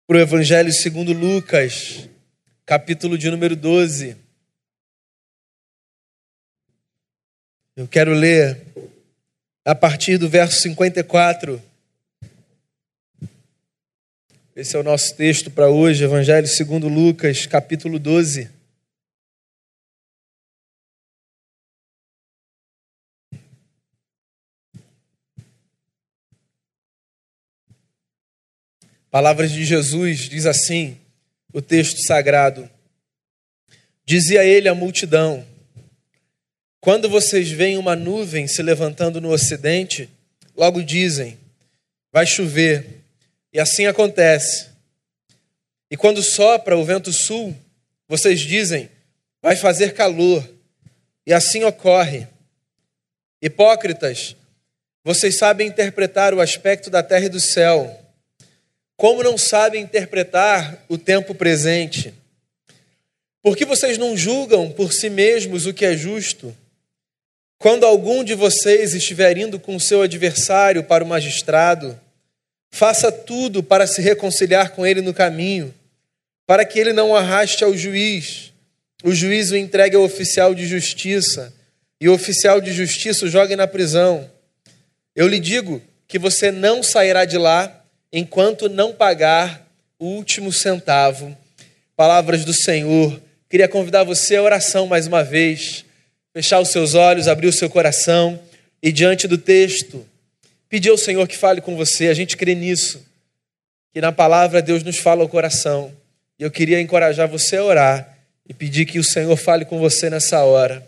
para o Evangelho segundo Lucas, capítulo de número 12. Eu quero ler a partir do verso 54. Esse é o nosso texto para hoje, Evangelho segundo Lucas, capítulo 12. Palavras de Jesus, diz assim, o texto sagrado. Dizia ele à multidão: quando vocês veem uma nuvem se levantando no ocidente, logo dizem, vai chover, e assim acontece. E quando sopra o vento sul, vocês dizem, vai fazer calor, e assim ocorre. Hipócritas, vocês sabem interpretar o aspecto da terra e do céu, como não sabem interpretar o tempo presente? Por que vocês não julgam por si mesmos o que é justo? Quando algum de vocês estiver indo com o seu adversário para o magistrado, faça tudo para se reconciliar com ele no caminho, para que ele não o arraste ao juiz. O juiz o entregue ao oficial de justiça, e o oficial de justiça o jogue na prisão. Eu lhe digo que você não sairá de lá enquanto não pagar o último centavo. Palavras do Senhor. Queria convidar você à oração mais uma vez. Fechar os seus olhos, abrir o seu coração e diante do texto, pedir ao Senhor que fale com você. A gente crê nisso, que na palavra Deus nos fala ao coração. E eu queria encorajar você a orar e pedir que o Senhor fale com você nessa hora.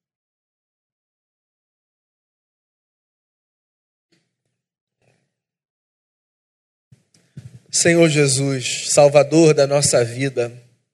Senhor Jesus, Salvador da nossa vida,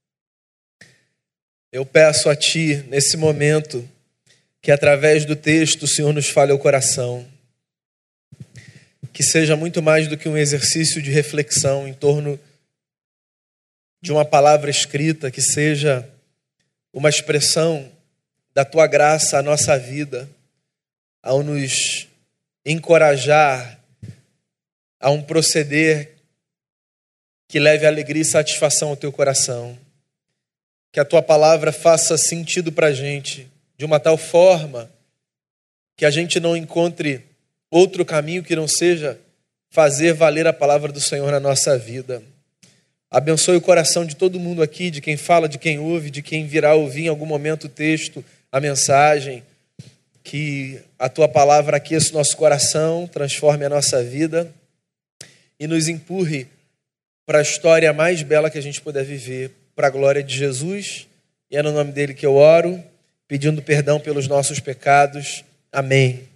eu peço a Ti, nesse momento, que através do texto o Senhor nos fale ao coração, que seja muito mais do que um exercício de reflexão em torno de uma palavra escrita, que seja uma expressão da Tua graça à nossa vida, ao nos encorajar a um proceder que leve alegria e satisfação ao Teu coração. Que a Tua palavra faça sentido para a gente, de uma tal forma que a gente não encontre outro caminho que não seja fazer valer a palavra do Senhor na nossa vida. Abençoe o coração de todo mundo aqui, de quem fala, de quem ouve, de quem virá ouvir em algum momento o texto, a mensagem. Que a Tua palavra aqueça o nosso coração, transforme a nossa vida e nos empurre para a história mais bela que a gente puder viver, para a glória de Jesus. E é no nome dele que eu oro, pedindo perdão pelos nossos pecados. Amém.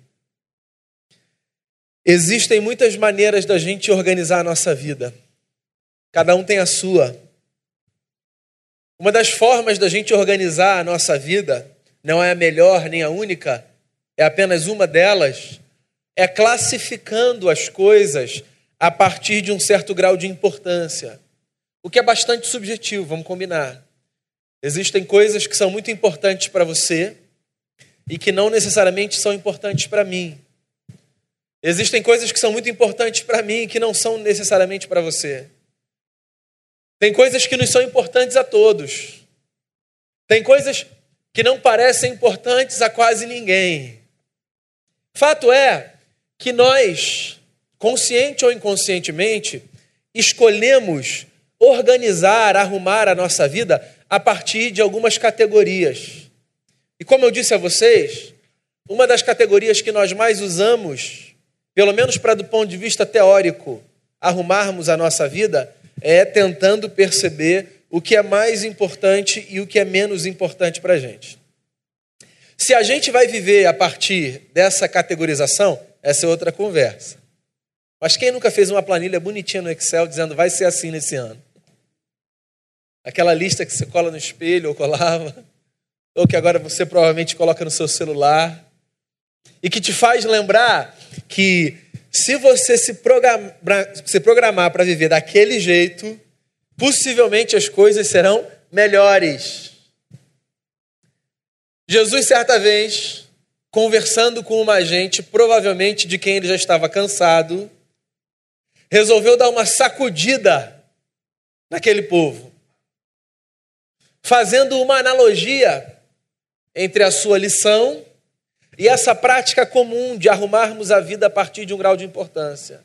Existem muitas maneiras da gente organizar a nossa vida. Cada um tem a sua. Uma das formas da gente organizar a nossa vida, não é a melhor nem a única, é apenas uma delas, é classificando as coisas a partir de um certo grau de importância. O que é bastante subjetivo, vamos combinar. Existem coisas que são muito importantes para você e que não necessariamente são importantes para mim. Existem coisas que são muito importantes para mim e que não são necessariamente para você. Tem coisas que nos são importantes a todos. Tem coisas que não parecem importantes a quase ninguém. Fato é que nós, consciente ou inconscientemente, escolhemos organizar, arrumar a nossa vida a partir de algumas categorias. E como eu disse a vocês, uma das categorias que nós mais usamos, pelo menos para do ponto de vista teórico, arrumarmos a nossa vida, é tentando perceber o que é mais importante e o que é menos importante para a gente. Se a gente vai viver a partir dessa categorização, essa é outra conversa. Mas quem nunca fez uma planilha bonitinha no Excel dizendo vai ser assim nesse ano? Aquela lista que você cola no espelho ou colava, ou que agora você provavelmente coloca no seu celular, e que te faz lembrar que se você se programar para viver daquele jeito, possivelmente as coisas serão melhores. Jesus, certa vez, conversando com uma gente, provavelmente de quem ele já estava cansado, resolveu dar uma sacudida naquele povo, fazendo uma analogia entre a sua lição e essa prática comum de arrumarmos a vida a partir de um grau de importância.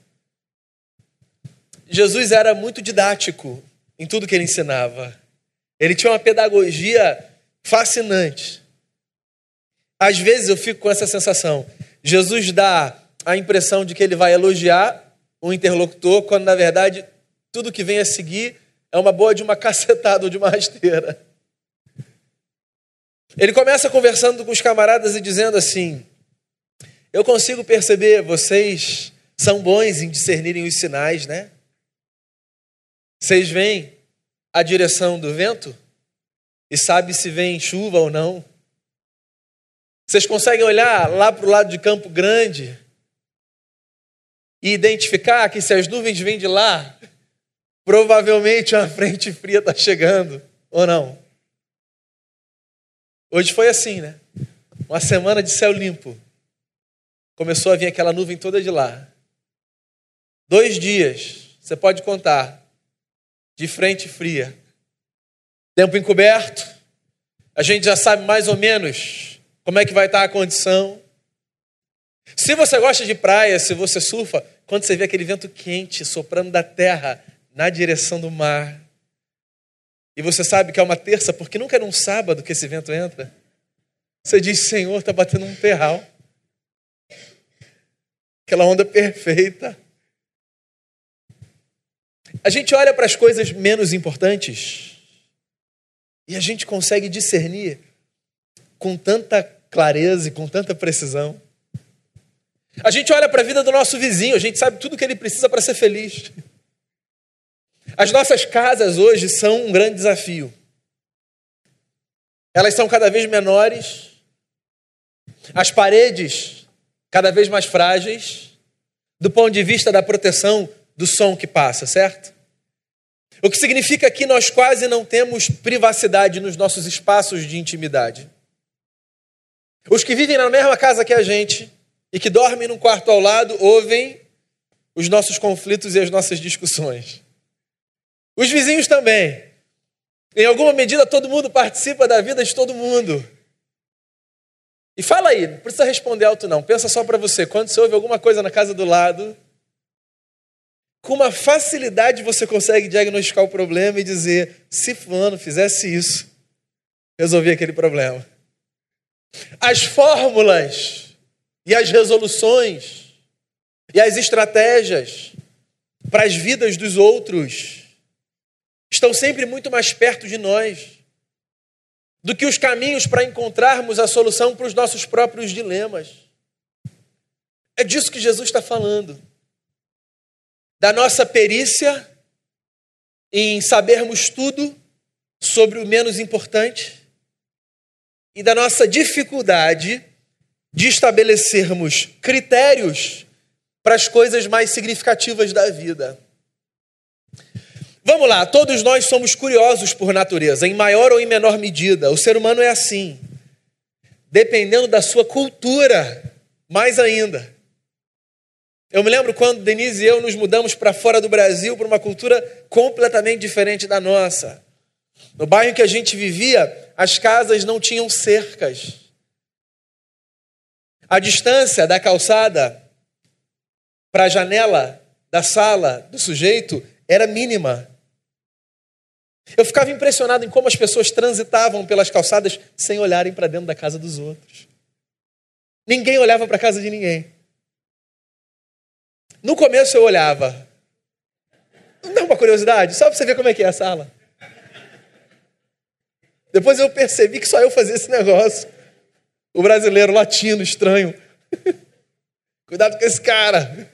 Jesus era muito didático em tudo que ele ensinava. Ele tinha uma pedagogia fascinante. Às vezes eu fico com essa sensação. Jesus dá a impressão de que ele vai elogiar o interlocutor, quando na verdade tudo que vem a seguir é uma boa de uma cacetada ou de uma rasteira. Ele começa conversando com os camaradas e dizendo assim: eu consigo perceber, vocês são bons em discernirem os sinais, né? Vocês veem a direção do vento e sabem se vem chuva ou não. Vocês conseguem olhar lá para o lado de Campo Grande e identificar que se as nuvens vêm de lá, provavelmente uma frente fria está chegando, ou não? Hoje foi assim, né? Uma semana de céu limpo. Começou a vir aquela nuvem toda de lá. 2 dias, você pode contar, de frente fria. Tempo encoberto. A gente já sabe mais ou menos como é que vai estar a condição. Se você gosta de praia, se você surfa, quando você vê aquele vento quente soprando da terra na direção do mar, e você sabe que é uma terça, porque nunca é num sábado que esse vento entra, você diz: Senhor, está batendo um terral. Aquela onda perfeita. A gente olha para as coisas menos importantes e a gente consegue discernir com tanta clareza e com tanta precisão. A gente olha para a vida do nosso vizinho, a gente sabe tudo que ele precisa para ser feliz. As nossas casas hoje são um grande desafio. Elas são cada vez menores, as paredes cada vez mais frágeis, do ponto de vista da proteção do som que passa, certo? O que significa que nós quase não temos privacidade nos nossos espaços de intimidade. Os que vivem na mesma casa que a gente e que dormem num quarto ao lado ouvem os nossos conflitos e as nossas discussões. Os vizinhos também. Em alguma medida, todo mundo participa da vida de todo mundo. E fala aí, não precisa responder alto não. Pensa só para você. Quando você ouve alguma coisa na casa do lado, com uma facilidade você consegue diagnosticar o problema e dizer: se fulano fizesse isso, resolvia aquele problema. As fórmulas e as resoluções e as estratégias para as vidas dos outros estão sempre muito mais perto de nós do que os caminhos para encontrarmos a solução para os nossos próprios dilemas. É disso que Jesus está falando. Da nossa perícia em sabermos tudo sobre o menos importante e da nossa dificuldade de estabelecermos critérios para as coisas mais significativas da vida. Vamos lá, todos nós somos curiosos por natureza, em maior ou em menor medida. O ser humano é assim. Dependendo da sua cultura, mais ainda. Eu me lembro quando Denise e eu nos mudamos para fora do Brasil, para uma cultura completamente diferente da nossa. No bairro em que a gente vivia, as casas não tinham cercas. A distância da calçada para a janela da sala do sujeito era mínima. Eu ficava impressionado em como as pessoas transitavam pelas calçadas sem olharem para dentro da casa dos outros. Ninguém olhava para a casa de ninguém. No começo eu olhava. Não dá uma curiosidade? Só para você ver como é que é a sala. Depois eu percebi que só eu fazia esse negócio. O brasileiro latino, estranho. Cuidado com esse cara.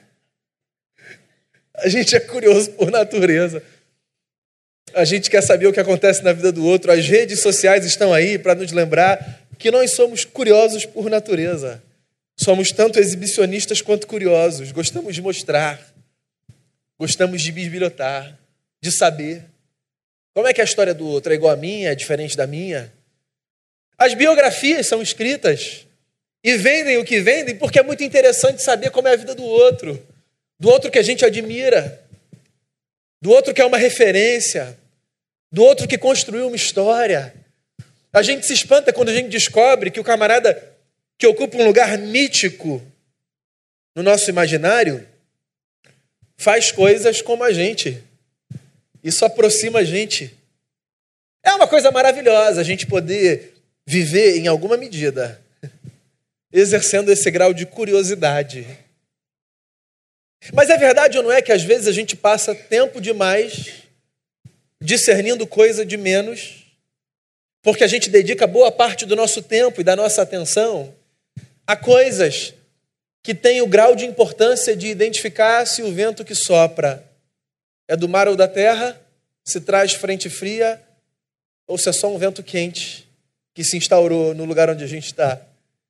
A gente é curioso por natureza. A gente quer saber o que acontece na vida do outro. As redes sociais estão aí para nos lembrar que nós somos curiosos por natureza. Somos tanto exibicionistas quanto curiosos. Gostamos de mostrar. Gostamos de bisbilhotar. De saber. Como é que a história do outro é igual à minha, é diferente da minha? As biografias são escritas e vendem o que vendem porque é muito interessante saber como é a vida do outro que a gente admira. do outro que é uma referência, do outro que construiu uma história. A gente se espanta quando a gente descobre que o camarada que ocupa um lugar mítico no nosso imaginário faz coisas como a gente. Isso aproxima a gente. É uma coisa maravilhosa a gente poder viver em alguma medida exercendo esse grau de curiosidade. Mas é verdade ou não é que às vezes a gente passa tempo demais discernindo coisa de menos, porque a gente dedica boa parte do nosso tempo e da nossa atenção a coisas que têm o grau de importância de identificar se o vento que sopra é do mar ou da terra, se traz frente fria ou se é só um vento quente que se instaurou no lugar onde a gente está.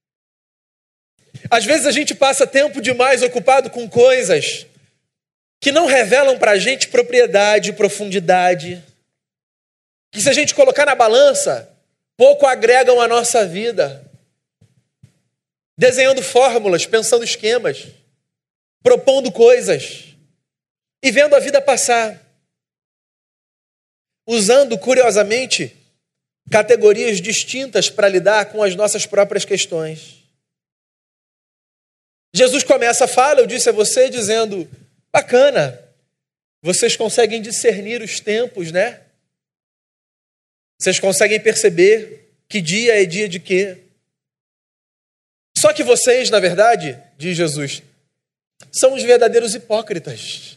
Às vezes a gente passa tempo demais ocupado com coisas que não revelam para a gente propriedade, profundidade, que se a gente colocar na balança, pouco agregam à nossa vida. Desenhando fórmulas, pensando esquemas, propondo coisas e vendo a vida passar. Usando, curiosamente, categorias distintas para lidar com as nossas próprias questões. Jesus começa a fala, eu disse a você, dizendo, bacana, vocês conseguem discernir os tempos, né? Vocês conseguem perceber que dia é dia de quê? Só que vocês, na verdade, diz Jesus, são os verdadeiros hipócritas.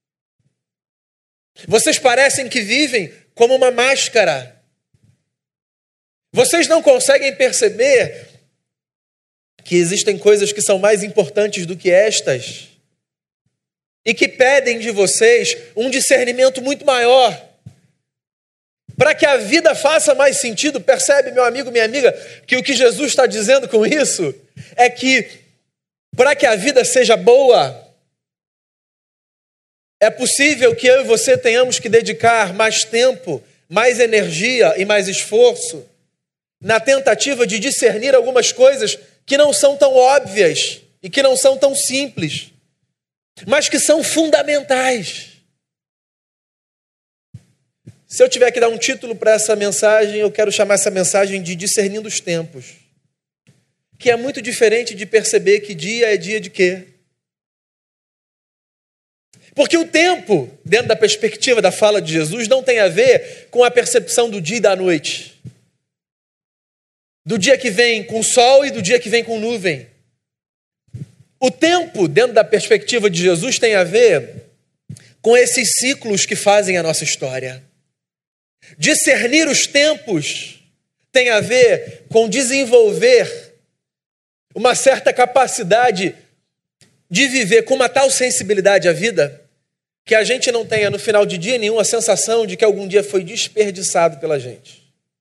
Vocês parecem que vivem como uma máscara. Vocês não conseguem perceber que existem coisas que são mais importantes do que estas e que pedem de vocês um discernimento muito maior. Para que a vida faça mais sentido, percebe, meu amigo, minha amiga, que o que Jesus está dizendo com isso é que para que a vida seja boa, é possível que eu e você tenhamos que dedicar mais tempo, mais energia e mais esforço na tentativa de discernir algumas coisas que não são tão óbvias e que não são tão simples, mas que são fundamentais. Se eu tiver que dar um título para essa mensagem, eu quero chamar essa mensagem de Discernindo os Tempos, que é muito diferente de perceber que dia é dia de quê. Porque o tempo, dentro da perspectiva da fala de Jesus, não tem a ver com a percepção do dia e da noite. Do dia que vem com sol e do dia que vem com nuvem. O tempo, dentro da perspectiva de Jesus, tem a ver com esses ciclos que fazem a nossa história. Discernir os tempos tem a ver com desenvolver uma certa capacidade de viver com uma tal sensibilidade à vida que a gente não tenha no final de dia nenhum a sensação de que algum dia foi desperdiçado pela gente.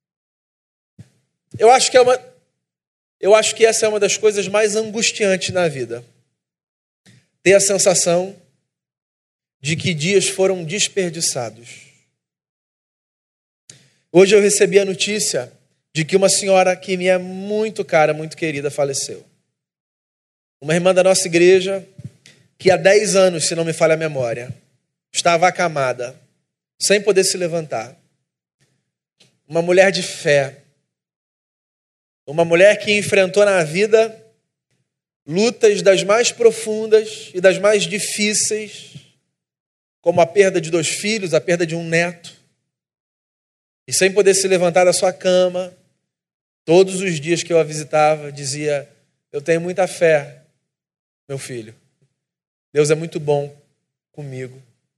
Eu acho que essa é uma das coisas mais angustiantes na vida. Ter a sensação de que dias foram desperdiçados. Hoje eu recebi a notícia de que uma senhora que me é muito cara, muito querida, faleceu. Uma irmã da nossa igreja, que há 10 anos, se não me falha a memória, estava acamada, sem poder se levantar. Uma mulher de fé. Uma mulher que enfrentou na vida lutas das mais profundas e das mais difíceis, como a perda de 2 filhos, a perda de um neto. E sem poder se levantar da sua cama, todos os dias que eu a visitava, dizia, eu tenho muita fé, meu filho. Deus é muito bom comigo.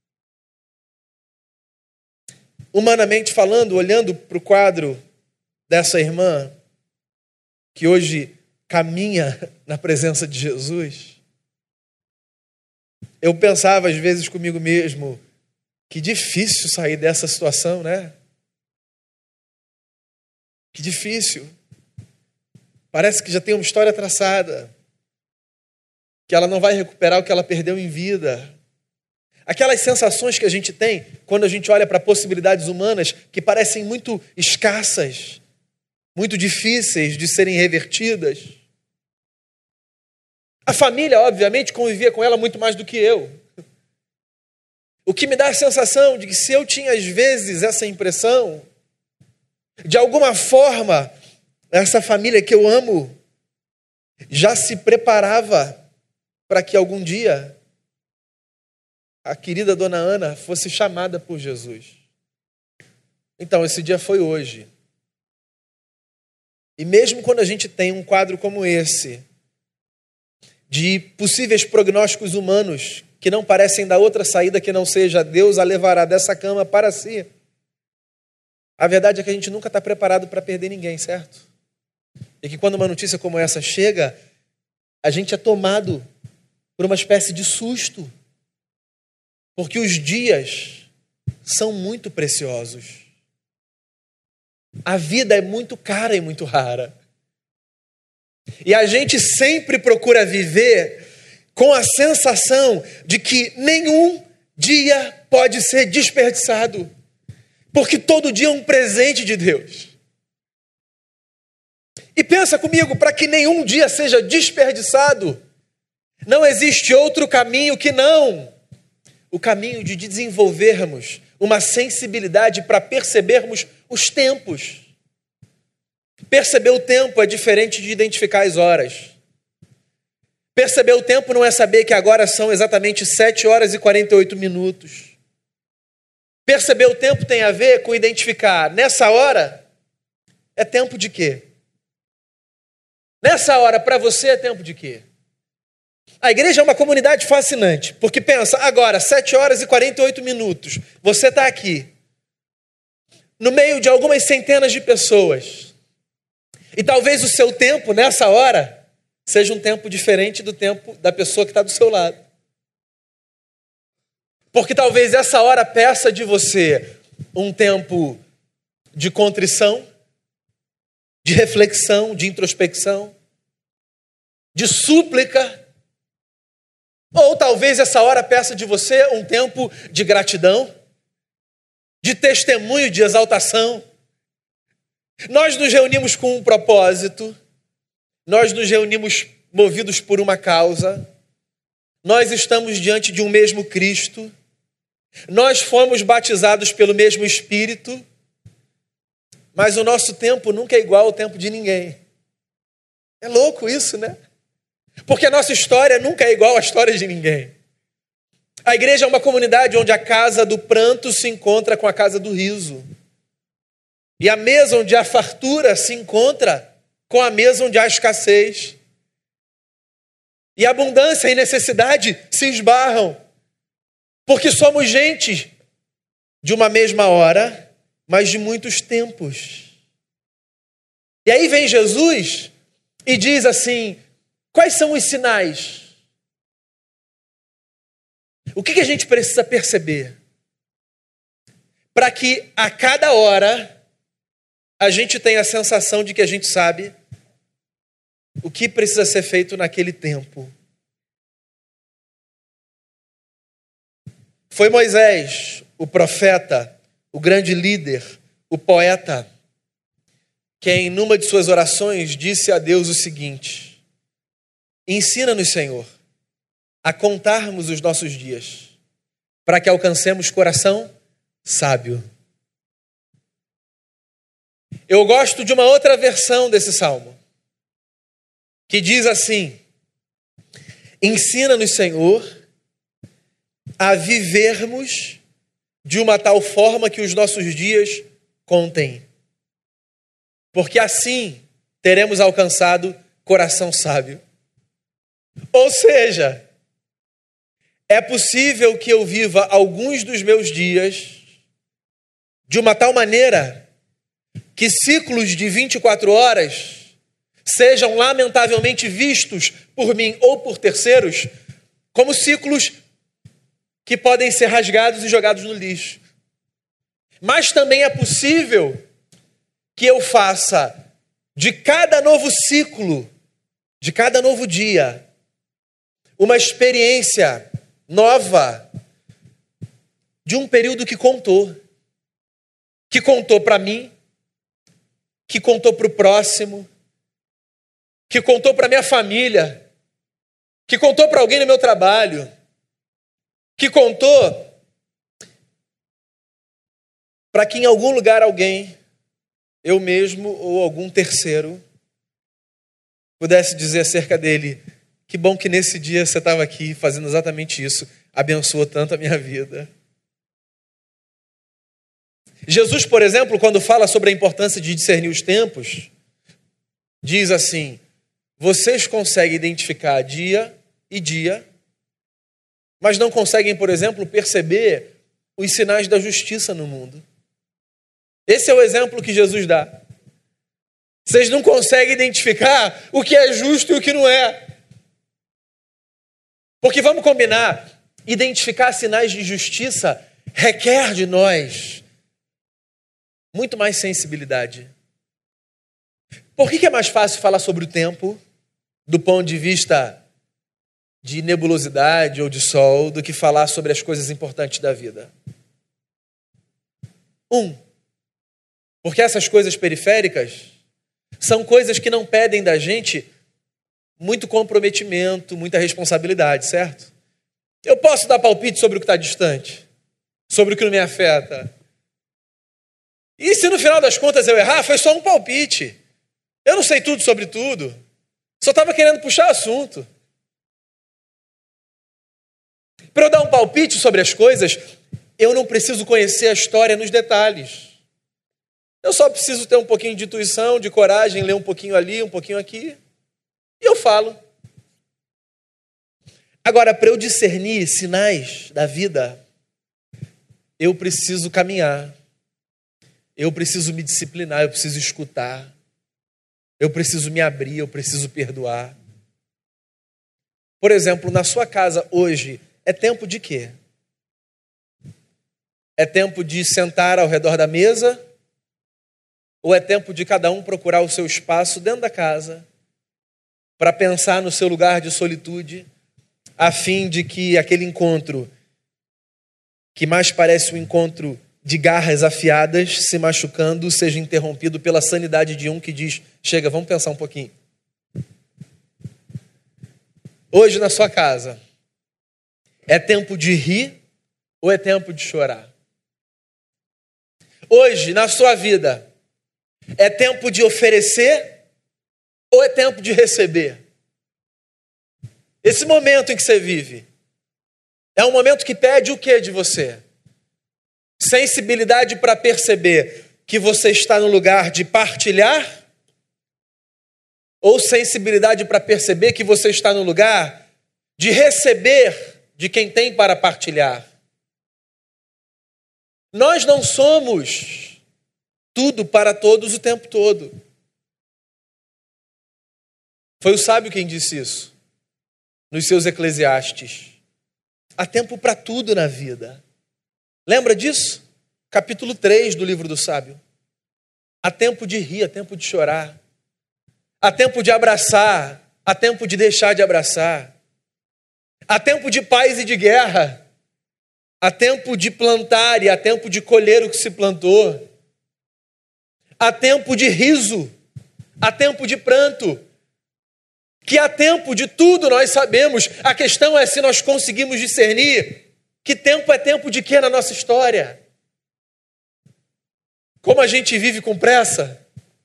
Humanamente falando, olhando para o quadro dessa irmã, que hoje caminha na presença de Jesus, eu pensava às vezes comigo mesmo, que difícil sair dessa situação, né? Que difícil. Parece que já tem uma história traçada, que ela não vai recuperar o que ela perdeu em vida. Aquelas sensações que a gente tem quando a gente olha para possibilidades humanas que parecem muito escassas, muito difíceis de serem revertidas. A família, obviamente, convivia com ela muito mais do que eu. O que me dá a sensação de que se eu tinha às vezes essa impressão, de alguma forma, essa família que eu amo já se preparava para que algum dia a querida dona Ana fosse chamada por Jesus. Então, esse dia foi hoje. E mesmo quando a gente tem um quadro como esse, de possíveis prognósticos humanos que não parecem dar outra saída que não seja Deus a levará dessa cama para si, a verdade é que a gente nunca está preparado para perder ninguém, certo? E que quando uma notícia como essa chega, a gente é tomado por uma espécie de susto, porque os dias são muito preciosos. A vida é muito cara e muito rara. E a gente sempre procura viver com a sensação de que nenhum dia pode ser desperdiçado, porque todo dia é um presente de Deus. E pensa comigo, para que nenhum dia seja desperdiçado, não existe outro caminho que não o caminho de desenvolvermos uma sensibilidade para percebermos os tempos. Perceber o tempo é diferente de identificar as horas. Perceber o tempo não é saber que agora são exatamente 7 horas e 48 minutos. Perceber o tempo tem a ver com identificar, nessa hora, é tempo de quê? Nessa hora, para você, é tempo de quê? A igreja é uma comunidade fascinante, porque pensa, agora, 7 horas e 48 minutos, você está aqui, no meio de algumas centenas de pessoas, e talvez o seu tempo, nessa hora, seja um tempo diferente do tempo da pessoa que está do seu lado. Porque talvez essa hora peça de você um tempo de contrição, de reflexão, de introspecção, de súplica. Ou talvez essa hora peça de você um tempo de gratidão, de testemunho, de exaltação. Nós nos reunimos com um propósito, nós nos reunimos movidos por uma causa, nós estamos diante de um mesmo Cristo, nós fomos batizados pelo mesmo Espírito, mas o nosso tempo nunca é igual ao tempo de ninguém. É louco isso, né? Porque a nossa história nunca é igual à história de ninguém. A igreja é uma comunidade onde a casa do pranto se encontra com a casa do riso. E a mesa onde há fartura se encontra com a mesa onde há escassez. E abundância e necessidade se esbarram. Porque somos gente de uma mesma hora, mas de muitos tempos. E aí vem Jesus e diz assim, quais são os sinais? O que a gente precisa perceber? Para que a cada hora a gente tenha a sensação de que a gente sabe o que precisa ser feito naquele tempo. Foi Moisés, o profeta, o grande líder, o poeta, quem, numa de suas orações, disse a Deus o seguinte: ensina-nos, Senhor, a contarmos os nossos dias, para que alcancemos coração sábio. Eu gosto de uma outra versão desse salmo, que diz assim: ensina-nos, Senhor, a vivermos de uma tal forma que os nossos dias contem, porque assim teremos alcançado coração sábio. Ou seja, é possível que eu viva alguns dos meus dias de uma tal maneira que ciclos de 24 horas sejam lamentavelmente vistos por mim ou por terceiros como ciclos que podem ser rasgados e jogados no lixo. Mas também é possível que eu faça de cada novo ciclo, de cada novo dia, uma experiência nova de um período que contou para mim, que contou para o próximo, que contou para minha família, que contou para alguém no meu trabalho, que contou para que em algum lugar alguém, eu mesmo ou algum terceiro, pudesse dizer acerca dele: que bom que nesse dia você estava aqui fazendo exatamente isso, abençoou tanto a minha vida. Jesus, por exemplo, quando fala sobre a importância de discernir os tempos, diz assim: vocês conseguem identificar dia e dia, mas não conseguem, por exemplo, perceber os sinais da justiça no mundo. Esse é o exemplo que Jesus dá. Vocês não conseguem identificar o que é justo e o que não é. Porque vamos combinar, identificar sinais de justiça requer de nós muito mais sensibilidade. Por que é mais fácil falar sobre o tempo do ponto de vista de nebulosidade ou de sol do que falar sobre as coisas importantes da vida? Porque essas coisas periféricas são coisas que não pedem da gente muito comprometimento, muita responsabilidade, certo? Eu posso dar palpite sobre o que está distante, sobre o que não me afeta. E se no final das contas eu errar, foi só um palpite. Eu não sei tudo sobre tudo. Só estava querendo puxar assunto. Para eu dar um palpite sobre as coisas, eu não preciso conhecer a história nos detalhes. Eu só preciso ter um pouquinho de intuição, de coragem, ler um pouquinho ali, um pouquinho aqui, e eu falo. Agora, para eu discernir sinais da vida, eu preciso caminhar, eu preciso me disciplinar, eu preciso escutar, eu preciso me abrir, eu preciso perdoar. Por exemplo, na sua casa hoje, é tempo de quê? É tempo de sentar ao redor da mesa? Ou é tempo de cada um procurar o seu espaço dentro da casa para pensar no seu lugar de solitude, a fim de que aquele encontro, que mais parece um encontro de garras afiadas, se machucando, seja interrompido pela sanidade de um que diz: chega, vamos pensar um pouquinho. Hoje na sua casa, é tempo de rir ou é tempo de chorar? Hoje, na sua vida, é tempo de oferecer ou é tempo de receber? Esse momento em que você vive é um momento que pede o que de você? Sensibilidade para perceber que você está no lugar de partilhar? Ou sensibilidade para perceber que você está no lugar de receber de quem tem para partilhar? Nós não somos tudo para todos o tempo todo. Foi o sábio quem disse isso, nos seus Eclesiastes. Há tempo para tudo na vida. Lembra disso? Capítulo 3 do livro do sábio. Há tempo de rir, há tempo de chorar. Há tempo de abraçar, há tempo de deixar de abraçar. Há tempo de paz e de guerra. Há tempo de plantar e há tempo de colher o que se plantou. Há tempo de riso, há tempo de pranto. Que há tempo de tudo nós sabemos. A questão é se nós conseguimos discernir que tempo é tempo de quê na nossa história. Como a gente vive com pressa.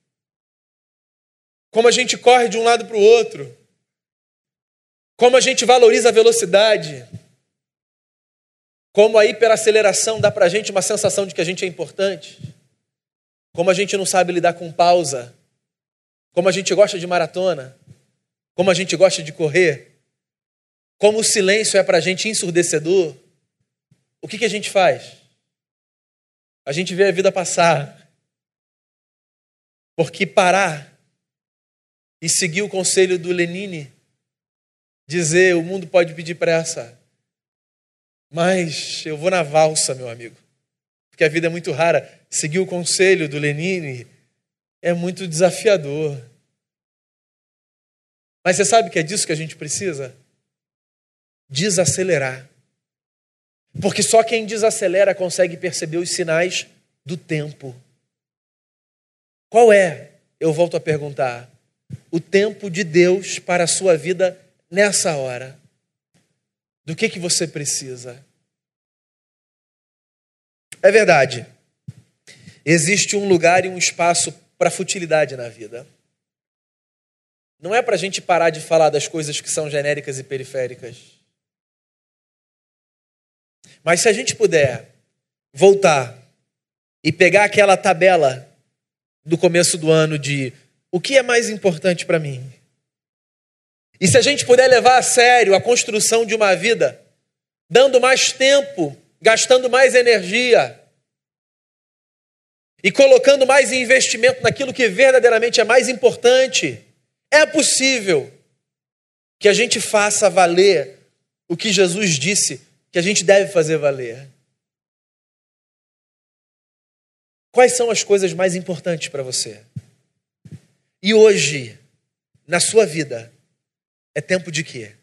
Como a gente corre de um lado para o outro. Como a gente valoriza a velocidade. Como a hiperaceleração dá para a gente uma sensação de que a gente é importante. Como a gente não sabe lidar com pausa. Como a gente gosta de maratona. Como a gente gosta de correr. Como o silêncio é para a gente ensurdecedor. O que a gente faz? A gente vê a vida passar. Porque parar e seguir o conselho do Lenine, dizer: o mundo pode pedir pressa, mas eu vou na valsa, meu amigo. Porque a vida é muito rara. Seguir o conselho do Lenine é muito desafiador. Mas você sabe que é disso que a gente precisa? Desacelerar. Porque só quem desacelera consegue perceber os sinais do tempo. Qual é, eu volto a perguntar, o tempo de Deus para a sua vida nessa hora? Do que você precisa? É verdade. existe um lugar e um espaço para futilidade na vida. Não é para a gente parar de falar das coisas que são genéricas e periféricas. Mas se a gente puder voltar e pegar aquela tabela do começo do ano de o que é mais importante para mim, e se a gente puder levar a sério a construção de uma vida, dando mais tempo, gastando mais energia e colocando mais investimento naquilo que verdadeiramente é mais importante, é possível que a gente faça valer o que Jesus disse que a gente deve fazer valer. Quais são as coisas mais importantes para você? E hoje, na sua vida, é tempo de quê?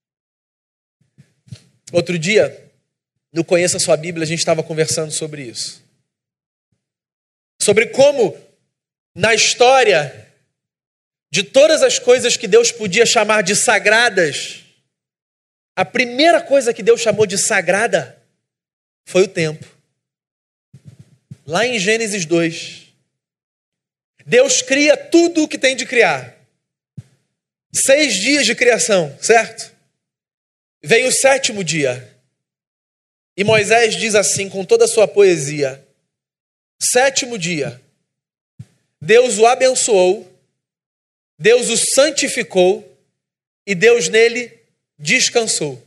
Outro dia, no Conheça a Sua Bíblia, a gente estava conversando sobre isso. Sobre como, na história de todas as coisas que Deus podia chamar de sagradas, a primeira coisa que Deus chamou de sagrada foi o tempo. Lá em Gênesis 2, Deus cria tudo o que tem de criar. 6 dias de criação, certo? Veio o 7º dia. E Moisés diz assim, com toda a sua poesia: 7º dia, Deus o abençoou, Deus o santificou e Deus nele descansou.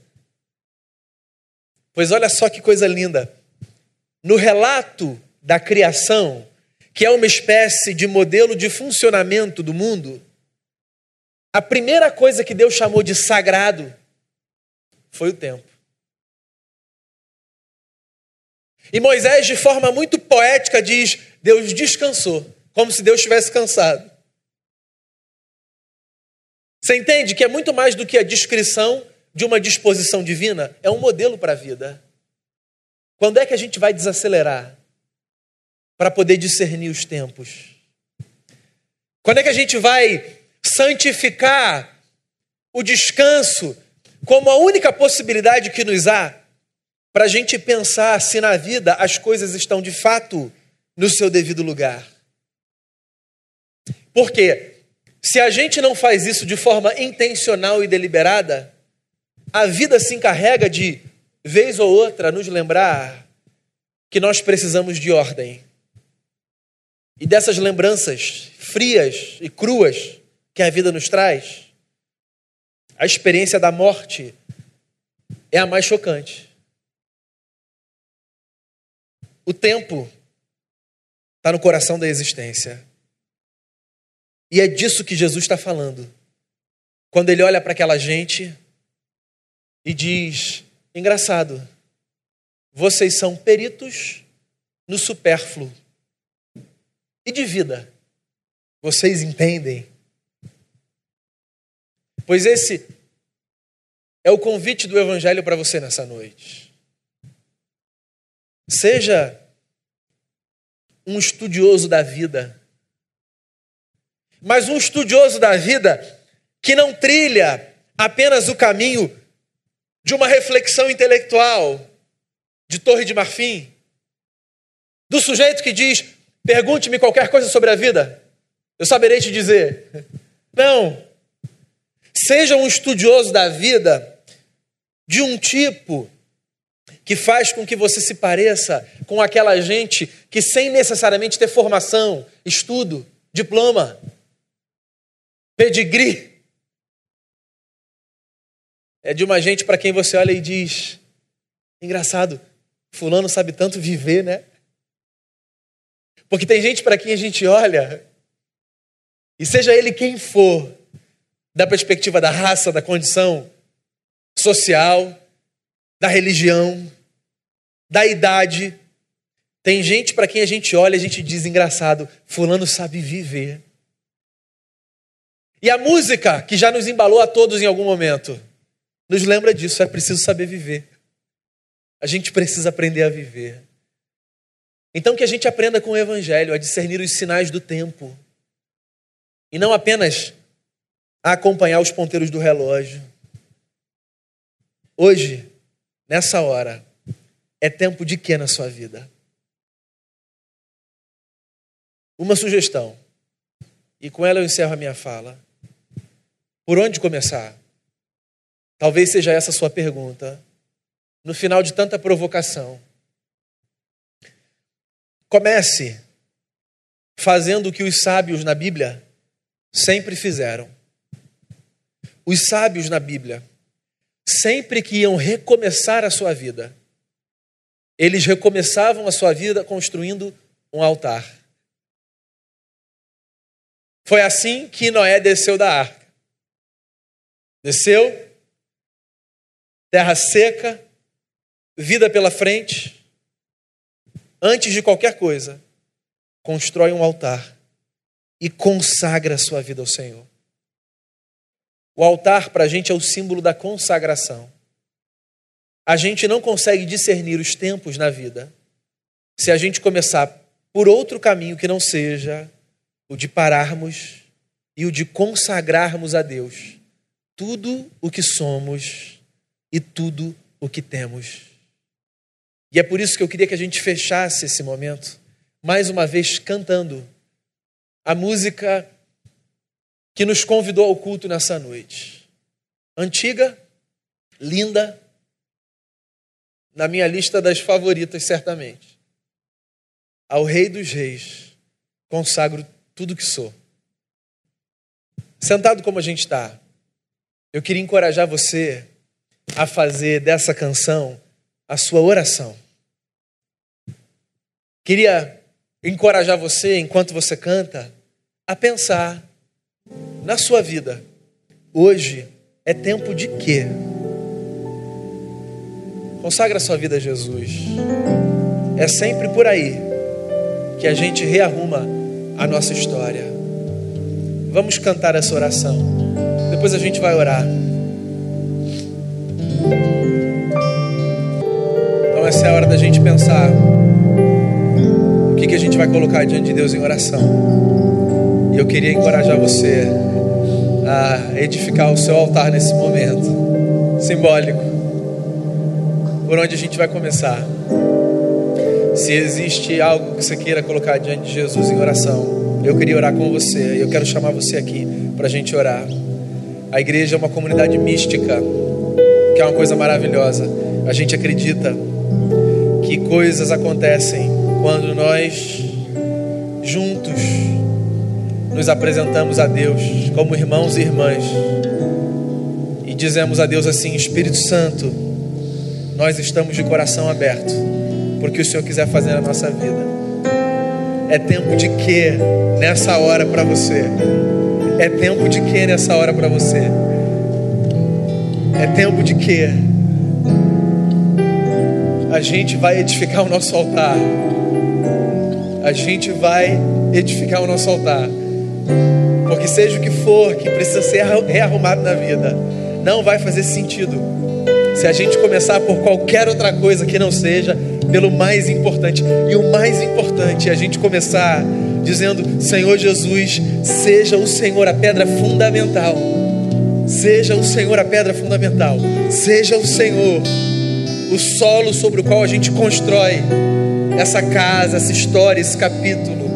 Pois olha só que coisa linda. No relato da criação, que é uma espécie de modelo de funcionamento do mundo, a primeira coisa que Deus chamou de sagrado foi o tempo. E Moisés, de forma muito poética, diz: Deus descansou, como se Deus estivesse cansado. Você entende que é muito mais do que a descrição de uma disposição divina? É um modelo para a vida. Quando é que a gente vai desacelerar para poder discernir os tempos? Quando é que a gente vai santificar o descanso como a única possibilidade que nos há para a gente pensar se na vida as coisas estão de fato no seu devido lugar? Porque se a gente não faz isso de forma intencional e deliberada, a vida se encarrega de, vez ou outra, nos lembrar que nós precisamos de ordem. E dessas lembranças frias e cruas que a vida nos traz, a experiência da morte é a mais chocante. O tempo está no coração da existência. E é disso que Jesus está falando. Quando ele olha para aquela gente e diz: engraçado, vocês são peritos no supérfluo. E de vida, vocês entendem? Pois esse é o convite do Evangelho para você nessa noite. Seja um estudioso da vida, mas um estudioso da vida que não trilha apenas o caminho de uma reflexão intelectual de Torre de Marfim, do sujeito que diz: pergunte-me qualquer coisa sobre a vida, eu saberei te dizer. Não. Seja um estudioso da vida de um tipo que faz com que você se pareça com aquela gente que, sem necessariamente ter formação, estudo, diploma, pedigree, é de uma gente para quem você olha e diz: engraçado, fulano sabe tanto viver, né? Porque tem gente para quem a gente olha, e seja ele quem for, da perspectiva da raça, da condição social, da religião, da idade, tem gente para quem a gente olha e a gente diz: engraçado, fulano sabe viver. E a música, que já nos embalou a todos em algum momento, nos lembra disso. É preciso saber viver. A gente precisa aprender a viver. Então que a gente aprenda com o Evangelho a discernir os sinais do tempo e não apenas a acompanhar os ponteiros do relógio. Hoje, nessa hora, é tempo de quê na sua vida? uma sugestão, e com ela eu encerro a minha fala. Por onde começar? Talvez seja essa a sua pergunta, no final de tanta provocação. Comece fazendo o que os sábios na Bíblia sempre fizeram. Os sábios na Bíblia, sempre que iam recomeçar a sua vida, eles recomeçavam a sua vida construindo um altar. Foi assim que Noé desceu da arca. Desceu, terra seca, vida pela frente. Antes de qualquer coisa, constrói um altar e consagra a sua vida ao Senhor. O altar para a gente é o símbolo da consagração. A gente não consegue discernir os tempos na vida se a gente começar por outro caminho que não seja o de pararmos e o de consagrarmos a Deus tudo o que somos e tudo o que temos. E é por isso que eu queria que a gente fechasse esse momento, mais uma vez cantando a música que nos convidou ao culto nessa noite. Antiga, linda, na minha lista das favoritas, certamente. Ao Rei dos Reis, consagro tudo que sou. Sentado como a gente está, eu queria encorajar você a fazer dessa canção a sua oração. Queria encorajar você, enquanto você canta, a pensar na sua vida. Hoje é tempo de quê? Consagra a sua vida a Jesus. É sempre por aí que a gente rearruma a nossa história. Vamos cantar essa oração. Depois a gente vai orar. Então essa é a hora da gente pensar o que a gente vai colocar diante de Deus em oração. E eu queria encorajar você a edificar o seu altar nesse momento simbólico. Por onde a gente vai começar? Se existe algo que você queira colocar diante de Jesus em oração, eu queria orar com você. E eu quero chamar você aqui para a gente orar. A igreja é uma comunidade mística, que é uma coisa maravilhosa. A gente acredita que coisas acontecem quando nós juntos nos apresentamos a Deus como irmãos e irmãs e dizemos a Deus assim: Espírito Santo, nós estamos de coração aberto porque o Senhor quiser fazer na nossa vida. É tempo de quê nessa hora para você? É tempo de quê nessa hora para você? É tempo de quê? A gente vai edificar o nosso altar. A gente vai edificar o nosso altar. Porque seja o que for que precisa ser rearrumado na vida, não vai fazer sentido se a gente começar por qualquer outra coisa que não seja pelo mais importante. E o mais importante é a gente começar dizendo: Senhor Jesus, seja o Senhor a pedra fundamental. Seja o Senhor a pedra fundamental. Seja o Senhor o solo sobre o qual a gente constrói essa casa, essa história, esse capítulo.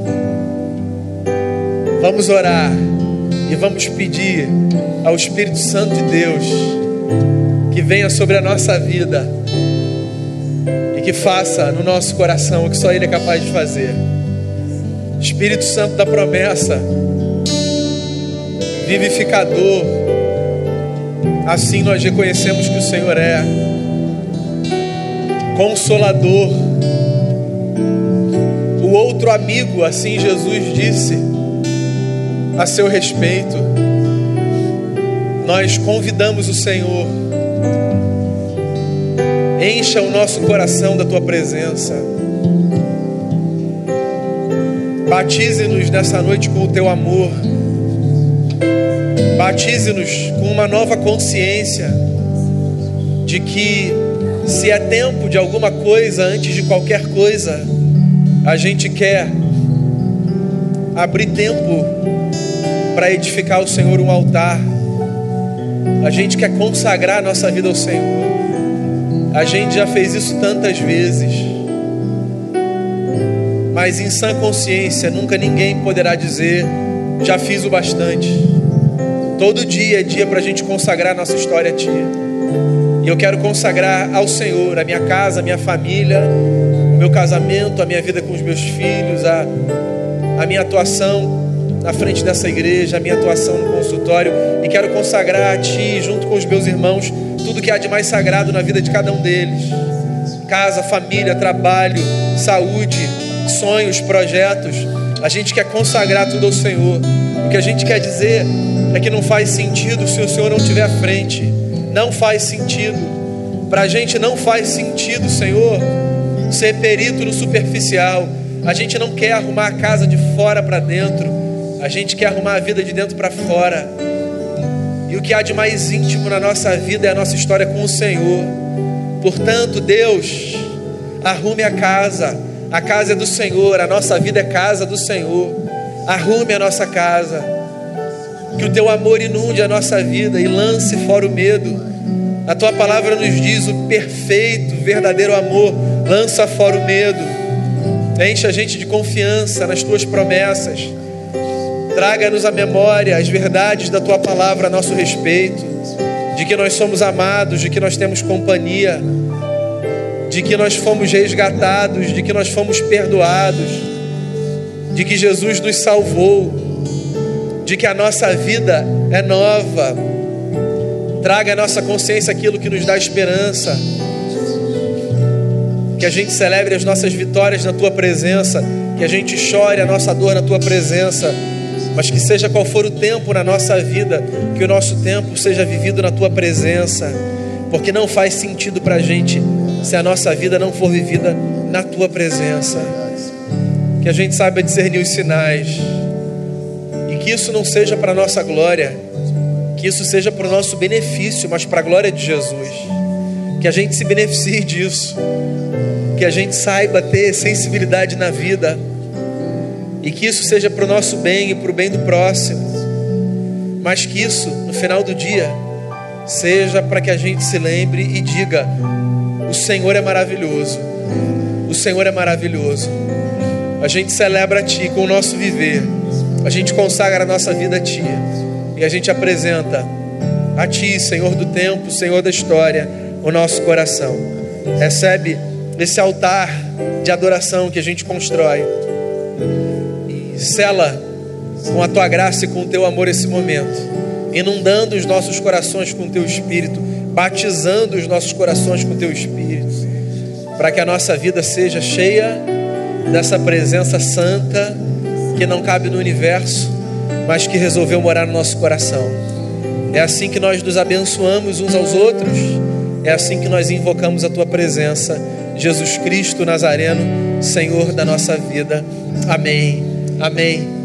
Vamos orar e vamos pedir ao Espírito Santo de Deus que venha sobre a nossa vida e que faça no nosso coração o que só Ele é capaz de fazer. Espírito Santo da promessa, vivificador, assim nós reconhecemos que o Senhor é Consolador, o outro amigo, assim Jesus disse a seu respeito. Nós convidamos o Senhor, encha o nosso coração da Tua presença, batize-nos nessa noite com o Teu amor, batize-nos com uma nova consciência de que se é tempo de alguma coisa, antes de qualquer coisa, a gente quer abrir tempo para edificar ao Senhor um altar. A gente quer consagrar a nossa vida ao Senhor. A gente já fez isso tantas vezes, mas em sã consciência, nunca ninguém poderá dizer: já fiz o bastante. Todo dia é dia para a gente consagrar nossa história a Ti. E eu quero consagrar ao Senhor a minha casa, a minha família, o meu casamento, a minha vida com os meus filhos, a minha atuação na frente dessa igreja, a minha atuação no consultório. E quero consagrar a Ti, junto com os meus irmãos, tudo que há de mais sagrado na vida de cada um deles. Casa, família, trabalho, saúde, sonhos, projetos. A gente quer consagrar tudo ao Senhor. O que a gente quer dizer é que não faz sentido se o Senhor não estiver à frente. Não faz sentido. Para a gente não faz sentido, Senhor, ser perito no superficial. A gente não quer arrumar a casa de fora para dentro. A gente quer arrumar a vida de dentro para fora. E o que há de mais íntimo na nossa vida é a nossa história com o Senhor. Portanto, Deus, arrume a casa. A casa é do Senhor, a nossa vida é casa do Senhor. Arrume a nossa casa. Que o Teu amor inunde a nossa vida e lance fora o medo. A Tua palavra nos diz: o perfeito, verdadeiro amor lança fora o medo. Enche a gente de confiança nas Tuas promessas. Traga-nos à memória as verdades da Tua palavra a nosso respeito, de que nós somos amados, de que nós temos companhia, de que nós fomos resgatados, de que nós fomos perdoados, de que Jesus nos salvou, de que a nossa vida é nova. Traga à nossa consciência aquilo que nos dá esperança. Que a gente celebre as nossas vitórias na Tua presença, que a gente chore a nossa dor na Tua presença, mas que seja qual for o tempo na nossa vida, que o nosso tempo seja vivido na Tua presença, porque não faz sentido para a gente se a nossa vida não for vivida na Tua presença. Que a gente saiba discernir os sinais, e que isso não seja para a nossa glória, que isso seja para o nosso benefício, mas para a glória de Jesus. Que a gente se beneficie disso, que a gente saiba ter sensibilidade na vida, e que isso seja para o nosso bem e para o bem do próximo, mas que isso, no final do dia, seja para que a gente se lembre e diga: o Senhor é maravilhoso, o Senhor é maravilhoso. A gente celebra a Ti com o nosso viver, a gente consagra a nossa vida a Ti, e a gente apresenta a Ti, Senhor do tempo, Senhor da história, o nosso coração. Recebe esse altar de adoração que a gente constrói, e sela com a Tua graça e com o Teu amor esse momento, inundando os nossos corações com o Teu Espírito, batizando os nossos corações com o Teu Espírito, para que a nossa vida seja cheia dessa presença santa que não cabe no universo, mas que resolveu morar no nosso coração. É assim que nós nos abençoamos uns aos outros, é assim que nós invocamos a Tua presença, Jesus Cristo Nazareno, Senhor da nossa vida. Amém, amém